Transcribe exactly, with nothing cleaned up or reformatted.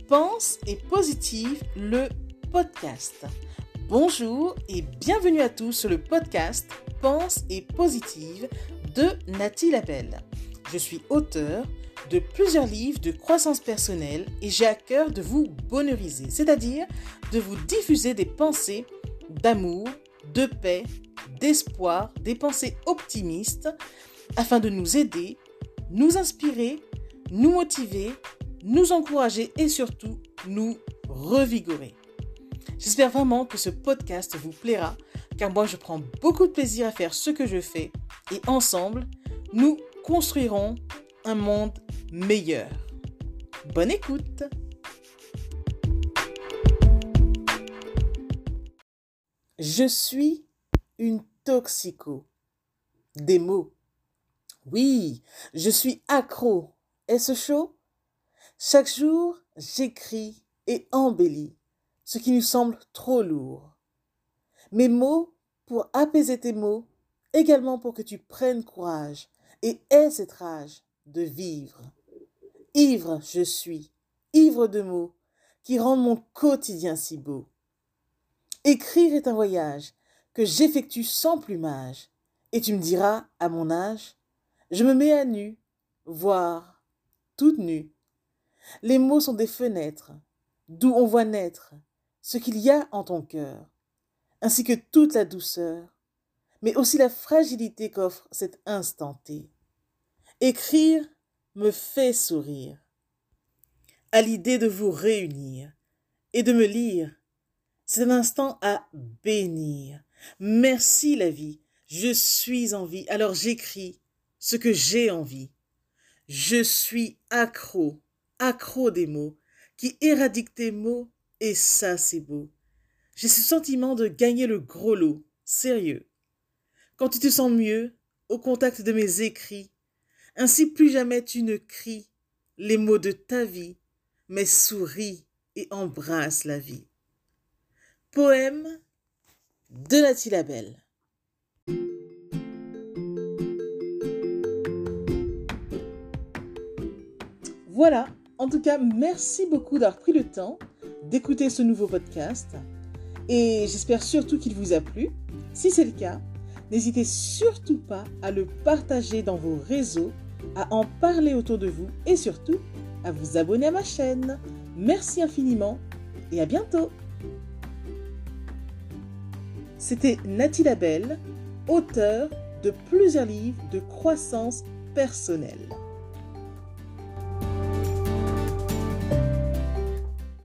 Pense et Positive, le podcast. Bonjour et bienvenue à tous sur le podcast Pense et Positive de Nathalie Labelle. Je suis auteure de plusieurs livres de croissance personnelle et j'ai à cœur de vous bonheuriser, c'est-à-dire de vous diffuser des pensées d'amour, de paix, d'espoir, des pensées optimistes afin de nous aider, nous inspirer, nous motiver, nous encourager et surtout nous revigorer. J'espère vraiment que ce podcast vous plaira car moi je prends beaucoup de plaisir à faire ce que je fais et ensemble nous construirons un monde meilleur. Bonne écoute! Je suis une toxico. Des mots. Oui, je suis accro. Est-ce chaud? Chaque jour, j'écris et embellis ce qui nous semble trop lourd. Mes mots pour apaiser tes mots, également pour que tu prennes courage et aies cette rage de vivre. Ivre je suis, ivre de mots qui rendent mon quotidien si beau. Écrire est un voyage que j'effectue sans plumage. Et tu me diras, à mon âge, je me mets à nu, voire toute nue. Les mots sont des fenêtres, d'où on voit naître ce qu'il y a en ton cœur, ainsi que toute la douceur, mais aussi la fragilité qu'offre cet instant T. Écrire me fait sourire à l'idée de vous réunir et de me lire. C'est un instant à bénir. Merci la vie, je suis en vie, alors j'écris ce que j'ai envie. Je suis accro, accro des mots, qui éradiquent tes mots, et ça c'est beau. J'ai ce sentiment de gagner le gros lot, sérieux. Quand tu te sens mieux, au contact de mes écrits, ainsi plus jamais tu ne cries les mots de ta vie, mais souris et embrasse la vie. Poème de Nathalie Labelle. Voilà, en tout cas, merci beaucoup d'avoir pris le temps d'écouter ce nouveau podcast et j'espère surtout qu'il vous a plu. Si c'est le cas, n'hésitez surtout pas à le partager dans vos réseaux, à en parler autour de vous et surtout à vous abonner à ma chaîne. Merci infiniment et à bientôt. C'était Nathalie Labelle, auteure de plusieurs livres de croissance personnelle.